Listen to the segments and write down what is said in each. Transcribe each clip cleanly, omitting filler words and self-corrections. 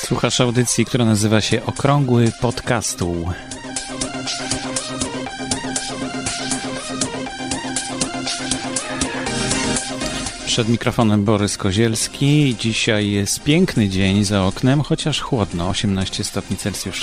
Słuchasz audycji, która nazywa się Okrągły Podcastu. Przed mikrofonem Borys Kozielski. Dzisiaj jest piękny dzień za oknem, chociaż chłodno, 18 stopni Celsjusza.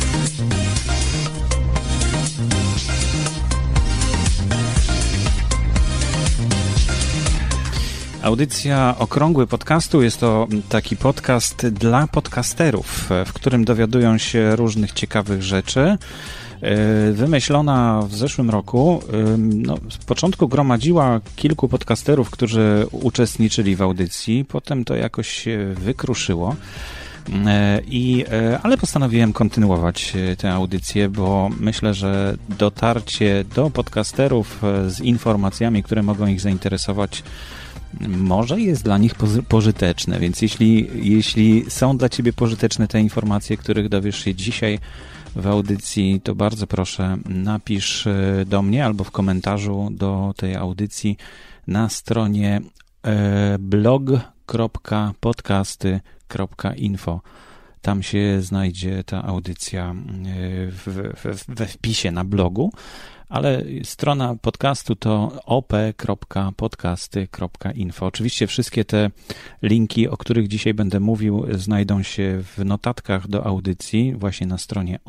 Audycja Okrągły Podcastu jest to taki podcast dla podcasterów, w którym dowiadują się różnych ciekawych rzeczy. Wymyślona w zeszłym roku, z początku gromadziła kilku podcasterów, którzy uczestniczyli w audycji, potem to jakoś się wykruszyło. Ale postanowiłem kontynuować tę audycję, bo myślę, że dotarcie do podcasterów z informacjami, które mogą ich zainteresować, może jest dla nich pożyteczne, więc jeśli są dla Ciebie pożyteczne te informacje, których dowiesz się dzisiaj w audycji, to bardzo proszę, napisz do mnie albo w komentarzu do tej audycji na stronie blog.podcasty.info. Tam się znajdzie ta audycja we wpisie na blogu, ale strona podcastu to op.podcasty.info. Oczywiście wszystkie te linki, o których dzisiaj będę mówił, znajdą się w notatkach do audycji właśnie na stronie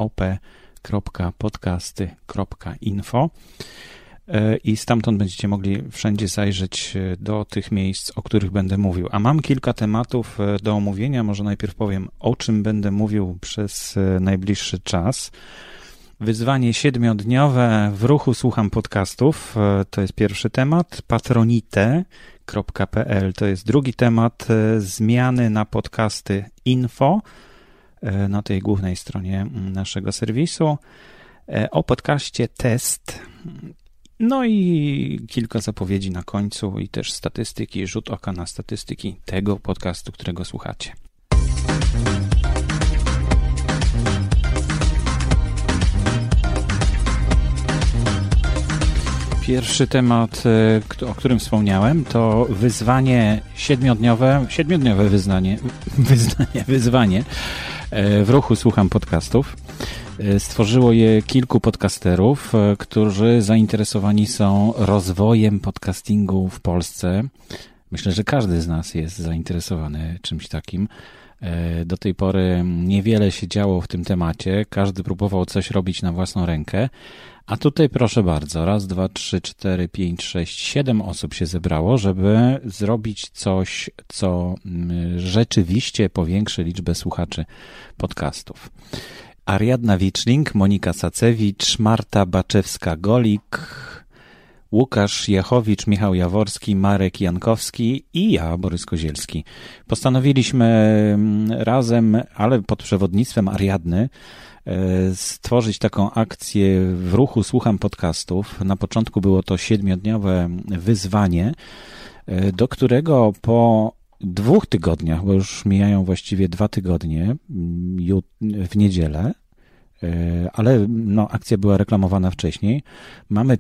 op.podcasty.info i stamtąd będziecie mogli wszędzie zajrzeć do tych miejsc, o których będę mówił. A mam kilka tematów do omówienia. Może najpierw powiem, o czym będę mówił przez najbliższy czas. Wyzwanie 7-dniowe w ruchu słucham podcastów, to jest pierwszy temat. Patronite.pl to jest drugi temat. Zmiany na podcasty info na tej głównej stronie naszego serwisu. O podcaście test. No i kilka zapowiedzi na końcu i też statystyki, rzut oka na statystyki tego podcastu, którego słuchacie. Pierwszy temat, o którym wspomniałem, to wyzwanie 7-dniowe wyzwanie w ruchu słucham podcastów. Stworzyło je kilku podcasterów, którzy zainteresowani są rozwojem podcastingu w Polsce. Myślę, że każdy z nas jest zainteresowany czymś takim. Do tej pory niewiele się działo w tym temacie. Każdy próbował coś robić na własną rękę. A tutaj proszę bardzo, 1, 2, 3, 4, 5, 6, 7 osób się zebrało, żeby zrobić coś, co rzeczywiście powiększy liczbę słuchaczy podcastów. Ariadna Wiczling, Monika Sacewicz, Marta Baczewska-Golik, Łukasz Jachowicz, Michał Jaworski, Marek Jankowski i ja, Borys Kozielski. Postanowiliśmy razem, ale pod przewodnictwem Ariadny, stworzyć taką akcję w ruchu słucham podcastów. Na początku było to 7-dniowe wyzwanie, do którego po 2 tygodniach, bo już mijają właściwie 2 tygodnie, w niedzielę, ale akcja była reklamowana wcześniej. Mamy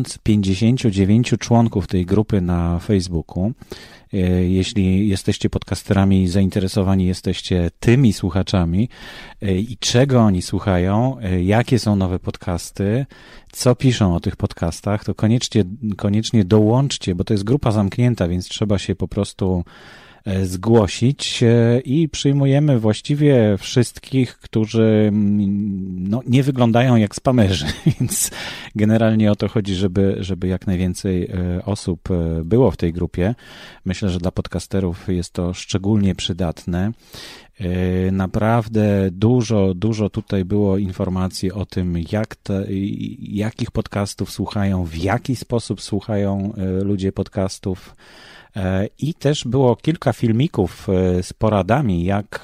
1059 członków tej grupy na Facebooku. Jeśli jesteście podcasterami, zainteresowani jesteście tymi słuchaczami i czego oni słuchają, jakie są nowe podcasty, co piszą o tych podcastach, to koniecznie dołączcie, bo to jest grupa zamknięta, więc trzeba się po prostu zgłosić i przyjmujemy właściwie wszystkich, którzy nie wyglądają jak spamerzy, więc generalnie o to chodzi, żeby jak najwięcej osób było w tej grupie. Myślę, że dla podcasterów jest to szczególnie przydatne. Naprawdę dużo tutaj było informacji o tym, jakich podcastów słuchają, w jaki sposób słuchają ludzie podcastów. I też było kilka filmików z poradami,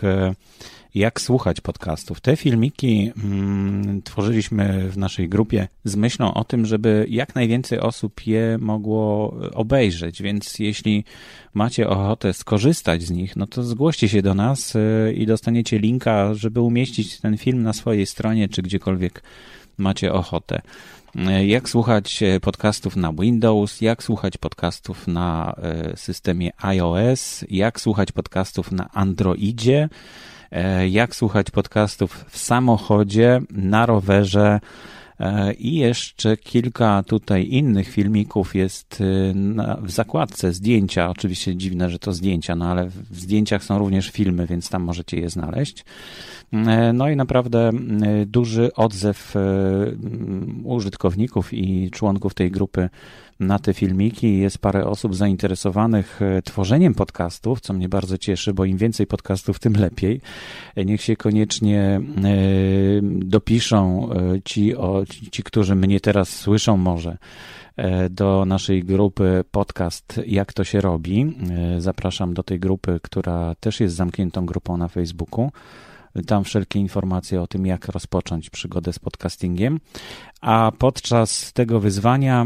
jak słuchać podcastów. Te filmiki tworzyliśmy w naszej grupie z myślą o tym, żeby jak najwięcej osób je mogło obejrzeć, więc jeśli macie ochotę skorzystać z nich, no to zgłoście się do nas i dostaniecie linka, żeby umieścić ten film na swojej stronie, czy gdziekolwiek macie ochotę. jak słuchać podcastów na Windows, jak słuchać podcastów na systemie iOS, jak słuchać podcastów na Androidzie, jak słuchać podcastów w samochodzie, na rowerze i jeszcze kilka tutaj innych filmików jest w zakładce zdjęcia. Oczywiście dziwne, że to zdjęcia, no ale w zdjęciach są również filmy, więc tam możecie je znaleźć. No i naprawdę duży odzew użytkowników i członków tej grupy na te filmiki. Jest parę osób zainteresowanych tworzeniem podcastów, co mnie bardzo cieszy, bo im więcej podcastów, tym lepiej. Niech się koniecznie dopiszą ci, którzy mnie teraz słyszą może, do naszej grupy podcast Jak to się robi. Zapraszam do tej grupy, która też jest zamkniętą grupą na Facebooku. Tam wszelkie informacje o tym, jak rozpocząć przygodę z podcastingiem. A podczas tego wyzwania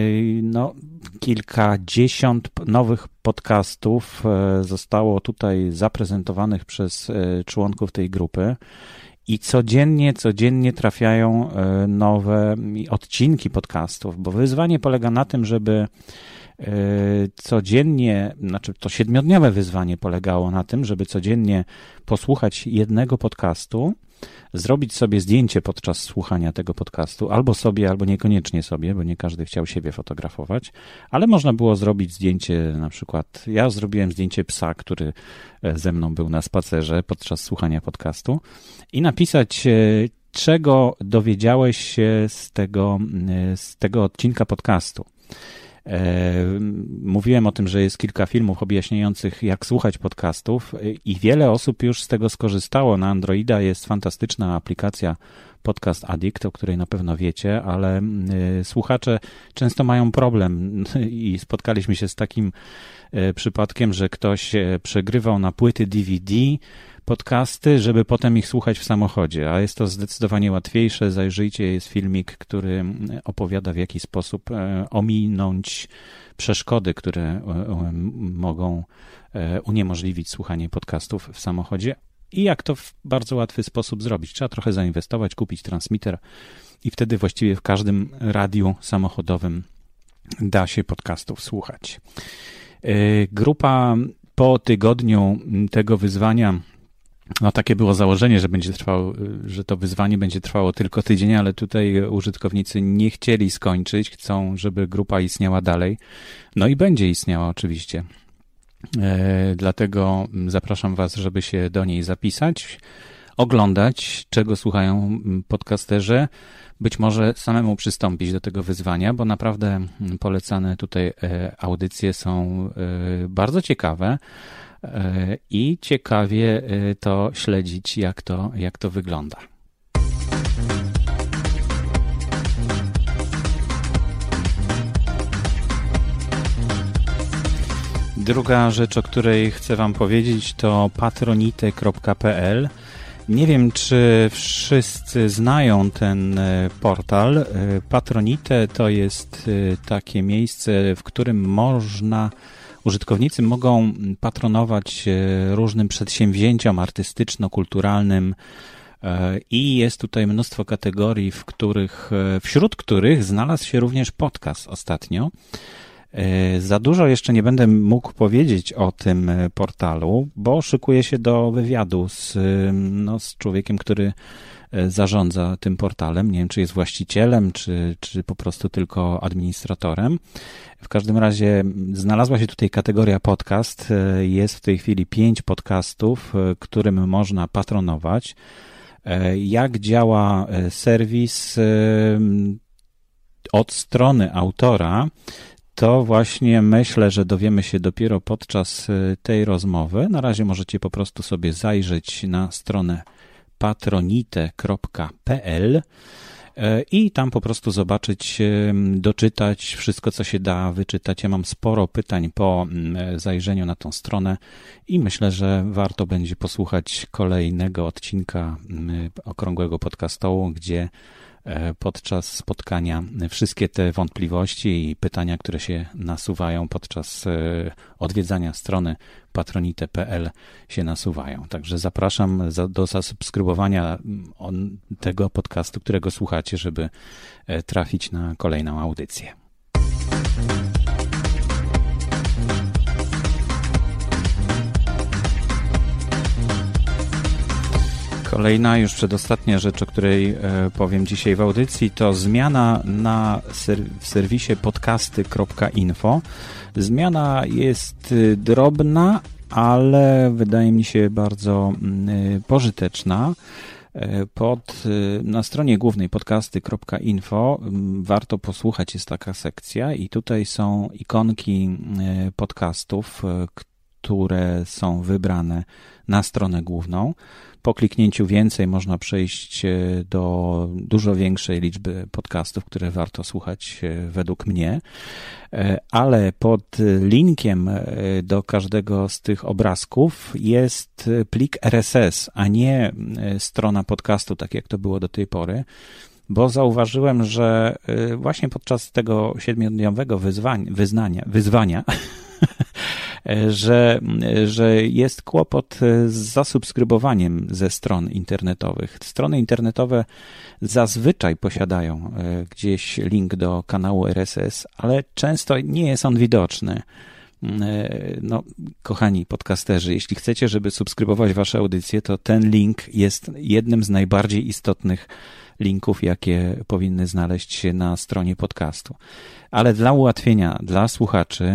kilkadziesiąt nowych podcastów zostało tutaj zaprezentowanych przez członków tej grupy i codziennie trafiają nowe odcinki podcastów, bo wyzwanie polega na tym, żeby codziennie, to 7-dniowe wyzwanie polegało na tym, żeby codziennie posłuchać jednego podcastu, zrobić sobie zdjęcie podczas słuchania tego podcastu, albo sobie, albo niekoniecznie sobie, bo nie każdy chciał siebie fotografować, ale można było zrobić zdjęcie, na przykład ja zrobiłem zdjęcie psa, który ze mną był na spacerze podczas słuchania podcastu i napisać, czego dowiedziałeś się z tego odcinka podcastu. Mówiłem o tym, że jest kilka filmów objaśniających, jak słuchać podcastów i wiele osób już z tego skorzystało. Na Androida jest fantastyczna aplikacja Podcast Addict, o której na pewno wiecie, ale słuchacze często mają problem i spotkaliśmy się z takim przypadkiem, że ktoś przegrywał na płyty DVD podcasty, żeby potem ich słuchać w samochodzie, a jest to zdecydowanie łatwiejsze. Zajrzyjcie, jest filmik, który opowiada, w jaki sposób ominąć przeszkody, które mogą uniemożliwić słuchanie podcastów w samochodzie i jak to w bardzo łatwy sposób zrobić. Trzeba trochę zainwestować, kupić transmitter i wtedy właściwie w każdym radiu samochodowym da się podcastów słuchać. Grupa po tygodniu tego wyzwania, takie było założenie, że to wyzwanie będzie trwało tylko tydzień, ale tutaj użytkownicy nie chcieli skończyć, chcą, żeby grupa istniała dalej. No i będzie istniała oczywiście. Dlatego zapraszam Was, żeby się do niej zapisać, oglądać, czego słuchają podcasterzy, być może samemu przystąpić do tego wyzwania, bo naprawdę polecane tutaj audycje są bardzo ciekawe i ciekawie to śledzić, jak to wygląda. Druga rzecz, o której chcę Wam powiedzieć, to patronite.pl. Nie wiem, czy wszyscy znają ten portal. Patronite to jest takie miejsce, w którym użytkownicy mogą patronować różnym przedsięwzięciom artystyczno-kulturalnym i jest tutaj mnóstwo kategorii, wśród których znalazł się również podcast ostatnio. Za dużo jeszcze nie będę mógł powiedzieć o tym portalu, bo szykuję się do wywiadu z człowiekiem, który zarządza tym portalem. Nie wiem, czy jest właścicielem, czy po prostu tylko administratorem. W każdym razie znalazła się tutaj kategoria podcast. Jest w tej chwili 5 podcastów, którym można patronować. Jak działa serwis od strony autora, to właśnie myślę, że dowiemy się dopiero podczas tej rozmowy. Na razie możecie po prostu sobie zajrzeć na stronę patronite.pl i tam po prostu zobaczyć, doczytać wszystko, co się da wyczytać. Ja mam sporo pytań po zajrzeniu na tą stronę i myślę, że warto będzie posłuchać kolejnego odcinka Okrągłego Podcastołu, gdzie podczas spotkania. Wszystkie te wątpliwości i pytania, które się nasuwają podczas odwiedzania strony patronite.pl się nasuwają. Także zapraszam do zasubskrybowania tego podcastu, którego słuchacie, żeby trafić na kolejną audycję. Kolejna, już przedostatnia rzecz, o której powiem dzisiaj w audycji, to zmiana w serwisie podcasty.info. Zmiana jest drobna, ale wydaje mi się bardzo pożyteczna. Na stronie głównej podcasty.info warto posłuchać, jest taka sekcja i tutaj są ikonki podcastów, które są wybrane na stronę główną. Po kliknięciu więcej można przejść do dużo większej liczby podcastów, które warto słuchać według mnie, ale pod linkiem do każdego z tych obrazków jest plik RSS, a nie strona podcastu, tak jak to było do tej pory, bo zauważyłem, że właśnie podczas tego 7-dniowego wyzwania że jest kłopot z zasubskrybowaniem ze stron internetowych. Strony internetowe zazwyczaj posiadają gdzieś link do kanału RSS, ale często nie jest on widoczny. No, kochani podcasterzy, jeśli chcecie, żeby subskrybować wasze audycje, to ten link jest jednym z najbardziej istotnych linków, jakie powinny znaleźć się na stronie podcastu. Ale dla ułatwienia dla słuchaczy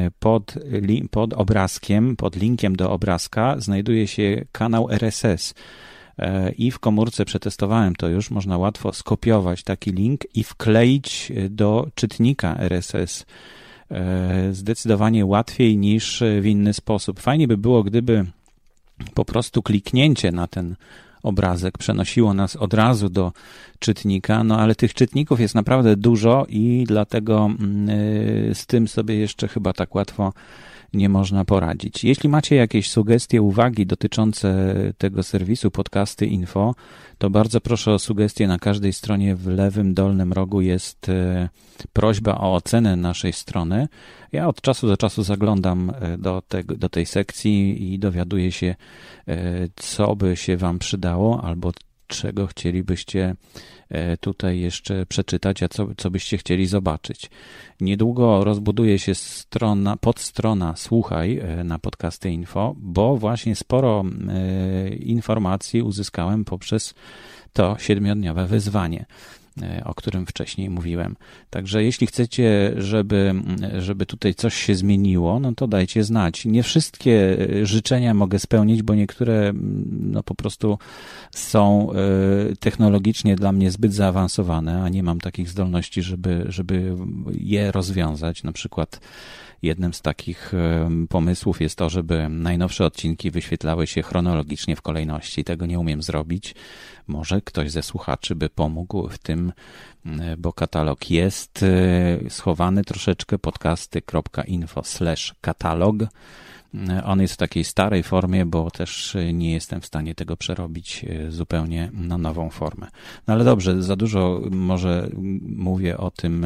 pod obrazkiem, pod linkiem do obrazka znajduje się kanał RSS i w komórce przetestowałem to już, można łatwo skopiować taki link i wkleić do czytnika RSS. Zdecydowanie łatwiej niż w inny sposób. Fajnie by było, gdyby po prostu kliknięcie na ten obrazek przenosiło nas od razu do czytnika, no ale tych czytników jest naprawdę dużo i dlatego z tym sobie jeszcze chyba tak łatwo nie można poradzić. Jeśli macie jakieś sugestie, uwagi dotyczące tego serwisu Podcasty Info, to bardzo proszę o sugestie. Na każdej stronie w lewym dolnym rogu jest prośba o ocenę naszej strony. Ja od czasu do czasu zaglądam do tej sekcji i dowiaduję się, co by się wam przydało albo czego chcielibyście tutaj przeczytać, a co byście chcieli zobaczyć. Niedługo rozbuduje się podstrona Słuchaj na Podcasty Info, bo właśnie sporo informacji uzyskałem poprzez to 7-dniowe wyzwanie, o którym wcześniej mówiłem. Także jeśli chcecie, żeby tutaj coś się zmieniło, no to dajcie znać. Nie wszystkie życzenia mogę spełnić, bo niektóre no po prostu są technologicznie dla mnie zbyt zaawansowane, a nie mam takich zdolności, żeby je rozwiązać. Na przykład jednym z takich pomysłów jest to, żeby najnowsze odcinki wyświetlały się chronologicznie w kolejności. Tego nie umiem zrobić. Może ktoś ze słuchaczy by pomógł w tym, bo katalog jest schowany troszeczkę, podcasty.info/katalog. On jest w takiej starej formie, bo też nie jestem w stanie tego przerobić zupełnie na nową formę. No ale dobrze, za dużo może mówię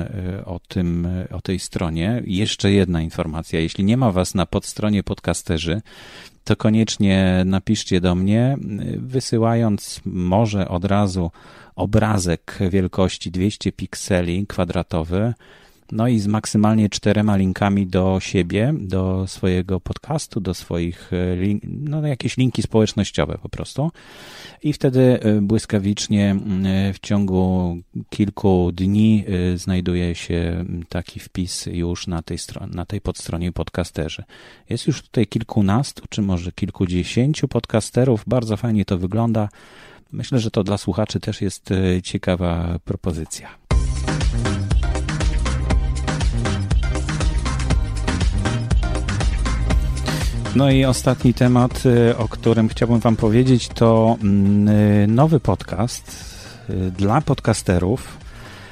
o tej stronie. Jeszcze jedna informacja. Jeśli nie ma was na podstronie podcasterzy, to koniecznie napiszcie do mnie, wysyłając może od razu obrazek wielkości 200 pikseli kwadratowy, no i z maksymalnie 4 linkami do siebie, do swojego podcastu, do swoich, no jakieś linki społecznościowe po prostu. I wtedy błyskawicznie w ciągu kilku dni znajduje się taki wpis już na tej podstronie podcasterzy. Jest już tutaj kilkunastu, czy może kilkudziesięciu podcasterów. Bardzo fajnie to wygląda. Myślę, że to dla słuchaczy też jest ciekawa propozycja. No i ostatni temat, o którym chciałbym wam powiedzieć, to nowy podcast dla podcasterów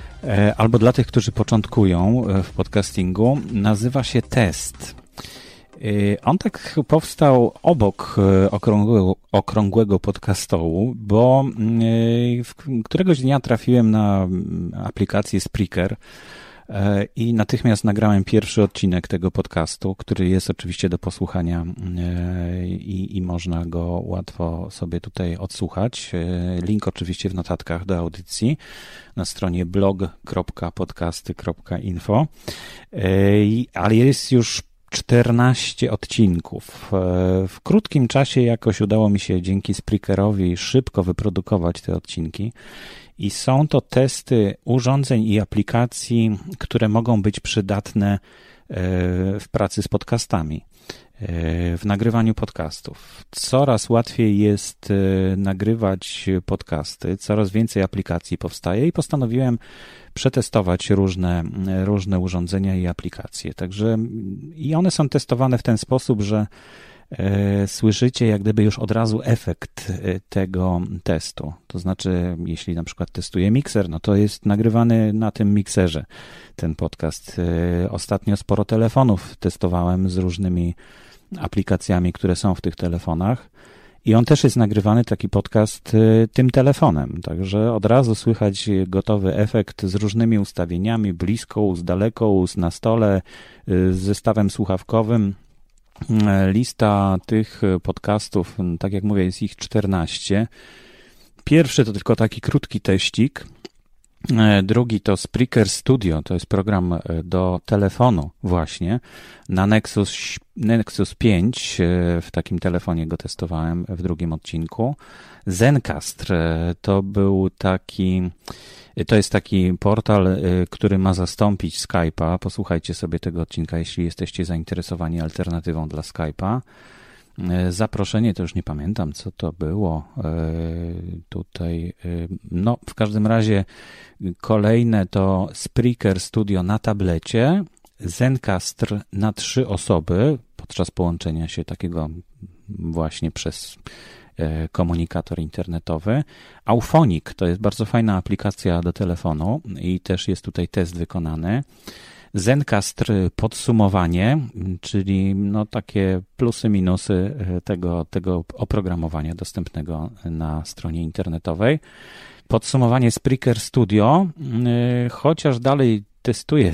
albo dla tych, którzy początkują w podcastingu. Nazywa się Test. On tak powstał obok okrągłego podcastołu, bo któregoś dnia trafiłem na aplikację Spreaker i natychmiast nagrałem pierwszy odcinek tego podcastu, który jest oczywiście do posłuchania i można go łatwo sobie tutaj odsłuchać. Link oczywiście w notatkach do audycji na stronie blog.podcasty.info, ale jest już 14 odcinków. W krótkim czasie jakoś udało mi się dzięki Spreakerowi szybko wyprodukować te odcinki i są to testy urządzeń i aplikacji, które mogą być przydatne w pracy z podcastami, w nagrywaniu podcastów. Coraz łatwiej jest nagrywać podcasty, coraz więcej aplikacji powstaje i postanowiłem przetestować różne urządzenia i aplikacje. Także i one są testowane w ten sposób, że słyszycie jak gdyby już od razu efekt tego testu. To znaczy, jeśli na przykład testuję mikser, no to jest nagrywany na tym mikserze ten podcast. Ostatnio sporo telefonów testowałem z różnymi aplikacjami, które są w tych telefonach i on też jest nagrywany, taki podcast, tym telefonem. Także od razu słychać gotowy efekt z różnymi ustawieniami, blisko, z daleko, na stole, z zestawem słuchawkowym. Lista tych podcastów, tak jak mówię, jest ich 14. Pierwszy to tylko taki krótki teścik. Drugi to Spreaker Studio, to jest program do telefonu właśnie. Na Nexus 5 w takim telefonie go testowałem w drugim odcinku. Zencastr to jest taki portal, który ma zastąpić Skype'a. Posłuchajcie sobie tego odcinka, jeśli jesteście zainteresowani alternatywą dla Skype'a. Zaproszenie, to już nie pamiętam, co to było tutaj. No, w każdym razie kolejne to Spreaker Studio na tablecie, Zencastr na 3 osoby podczas połączenia się takiego właśnie przez komunikator internetowy. Auphonic to jest bardzo fajna aplikacja do telefonu i też jest tutaj test wykonany. Zencastr podsumowanie, czyli no takie plusy, minusy tego oprogramowania dostępnego na stronie internetowej. Podsumowanie Spreaker Studio, chociaż dalej testuję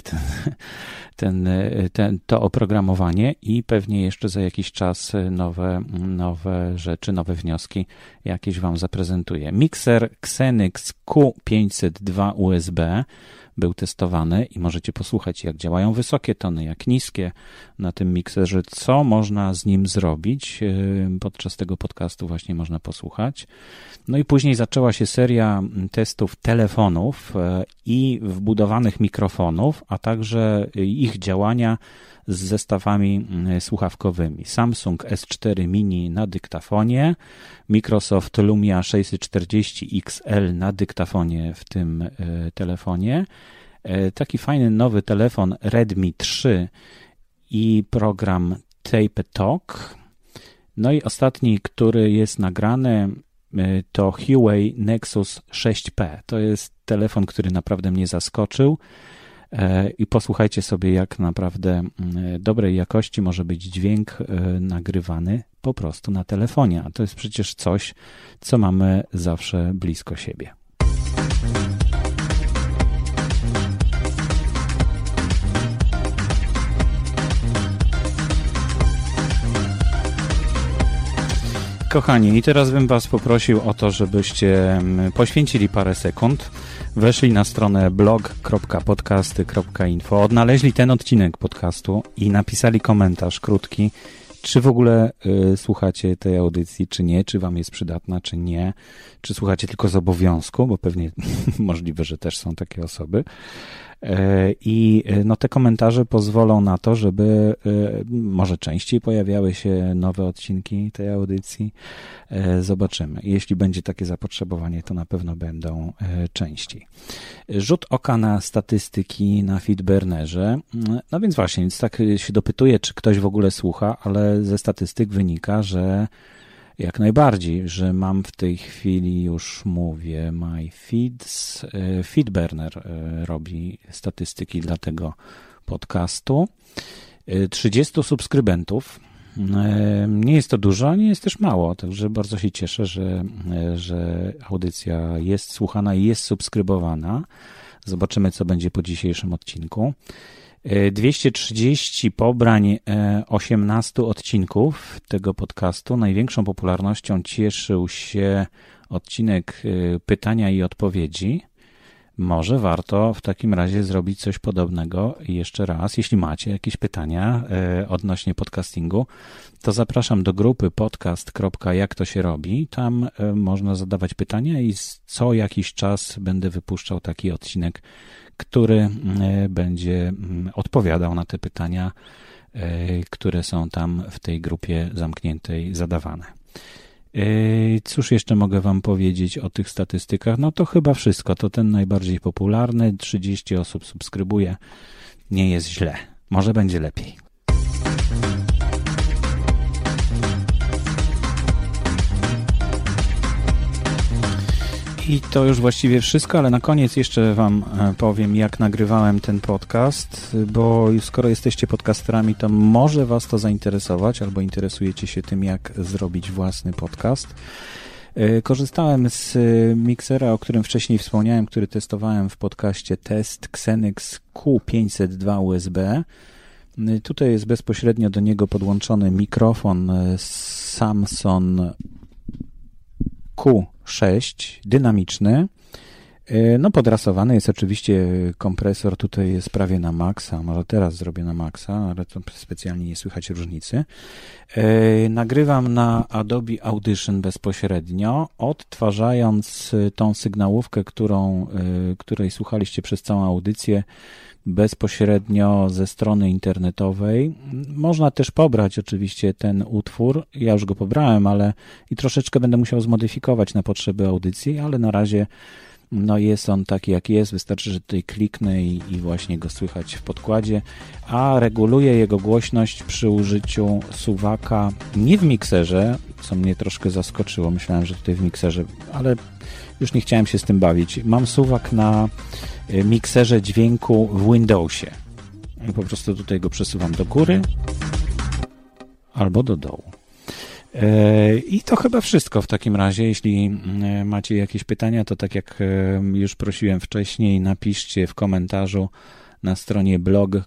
to oprogramowanie i pewnie jeszcze za jakiś czas nowe rzeczy, nowe wnioski jakieś Wam zaprezentuję. Mikser Xenix Q502 USB był testowany i możecie posłuchać, jak działają wysokie tony, jak niskie na tym mikserze, co można z nim zrobić. Podczas tego podcastu właśnie można posłuchać. No i później zaczęła się seria testów telefonów i wbudowanych mikrofonów, a także ich działania z zestawami słuchawkowymi. Samsung S4 Mini na dyktafonie, Microsoft Lumia 640 XL na dyktafonie w tym telefonie, taki fajny nowy telefon Redmi 3 i program Tape Talk. No i ostatni, który jest nagrany, to Huawei Nexus 6P. To jest telefon, który naprawdę mnie zaskoczył. I posłuchajcie sobie, jak naprawdę dobrej jakości może być dźwięk nagrywany po prostu na telefonie. A to jest przecież coś, co mamy zawsze blisko siebie. Kochani, i teraz bym Was poprosił o to, żebyście poświęcili parę sekund, weszli na stronę blog.podcasty.info, odnaleźli ten odcinek podcastu i napisali komentarz krótki, czy w ogóle słuchacie tej audycji, czy nie, czy Wam jest przydatna, czy nie, czy słuchacie tylko z obowiązku, bo pewnie możliwe, że też są takie osoby. I no, te komentarze pozwolą na to, żeby może częściej pojawiały się nowe odcinki tej audycji. Zobaczymy. Jeśli będzie takie zapotrzebowanie, to na pewno będą częściej. Rzut oka na statystyki na Feedburnerze. No więc właśnie, więc tak się dopytuję, czy ktoś w ogóle słucha, ale ze statystyk wynika, że jak najbardziej, że mam w tej chwili, już mówię, MyFeeds. Feedburner robi statystyki dla tego podcastu. 30 subskrybentów. Nie jest to dużo, nie jest też mało, także bardzo się cieszę, że audycja jest słuchana i jest subskrybowana. Zobaczymy, co będzie po dzisiejszym odcinku. 230 pobrań 18 odcinków tego podcastu. Największą popularnością cieszył się odcinek pytania i odpowiedzi. Może warto w takim razie zrobić coś podobnego jeszcze raz. Jeśli macie jakieś pytania odnośnie podcastingu, to zapraszam do grupy podcast.jaktosierobi. Tam można zadawać pytania i co jakiś czas będę wypuszczał taki odcinek, który będzie odpowiadał na te pytania, które są tam w tej grupie zamkniętej zadawane. Cóż jeszcze mogę wam powiedzieć o tych statystykach? No to chyba wszystko. To ten najbardziej popularny. 30 osób subskrybuje. Nie jest źle. Może będzie lepiej. I to już właściwie wszystko, ale na koniec jeszcze wam powiem, jak nagrywałem ten podcast, bo skoro jesteście podcasterami, to może was to zainteresować, albo interesujecie się tym, jak zrobić własny podcast. Korzystałem z miksera, o którym wcześniej wspomniałem, który testowałem w podcaście Test Xenix Q502 USB. Tutaj jest bezpośrednio do niego podłączony mikrofon Samson Q6 dynamiczny. No podrasowany jest oczywiście kompresor, tutaj jest prawie na maksa, może teraz zrobię na maksa, ale to specjalnie nie słychać różnicy. Nagrywam na Adobe Audition bezpośrednio, odtwarzając tą sygnałówkę, której słuchaliście przez całą audycję, bezpośrednio ze strony internetowej. Można też pobrać oczywiście ten utwór, ja już go pobrałem, ale i troszeczkę będę musiał zmodyfikować na potrzeby audycji, ale na razie no jest on taki jak jest, wystarczy, że tutaj kliknę i właśnie go słychać w podkładzie, a reguluję jego głośność przy użyciu suwaka, nie w mikserze, co mnie troszkę zaskoczyło, myślałem, że tutaj w mikserze, ale już nie chciałem się z tym bawić. Mam suwak na mikserze dźwięku w Windowsie. I po prostu tutaj go przesuwam do góry albo do dołu. I to chyba wszystko w takim razie. Jeśli macie jakieś pytania, to tak jak już prosiłem wcześniej, napiszcie w komentarzu na stronie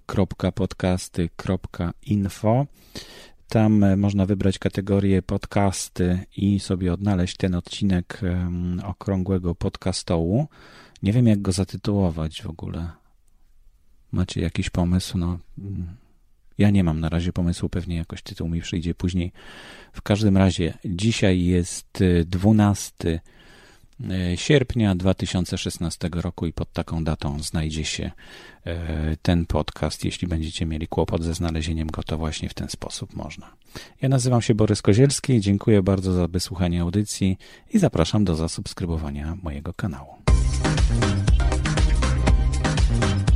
blog.podcasty.info. Tam można wybrać kategorię podcasty i sobie odnaleźć ten odcinek Okrągłego Podcastołu. Nie wiem, jak go zatytułować w ogóle. Macie jakiś pomysł? No, ja nie mam na razie pomysłu, pewnie jakoś tytuł mi przyjdzie później. W każdym razie dzisiaj jest 12 sierpnia 2016 roku i pod taką datą znajdzie się ten podcast. Jeśli będziecie mieli kłopot ze znalezieniem go, to właśnie w ten sposób można. Ja nazywam się Borys Kozielski, dziękuję bardzo za wysłuchanie audycji i zapraszam do zasubskrybowania mojego kanału.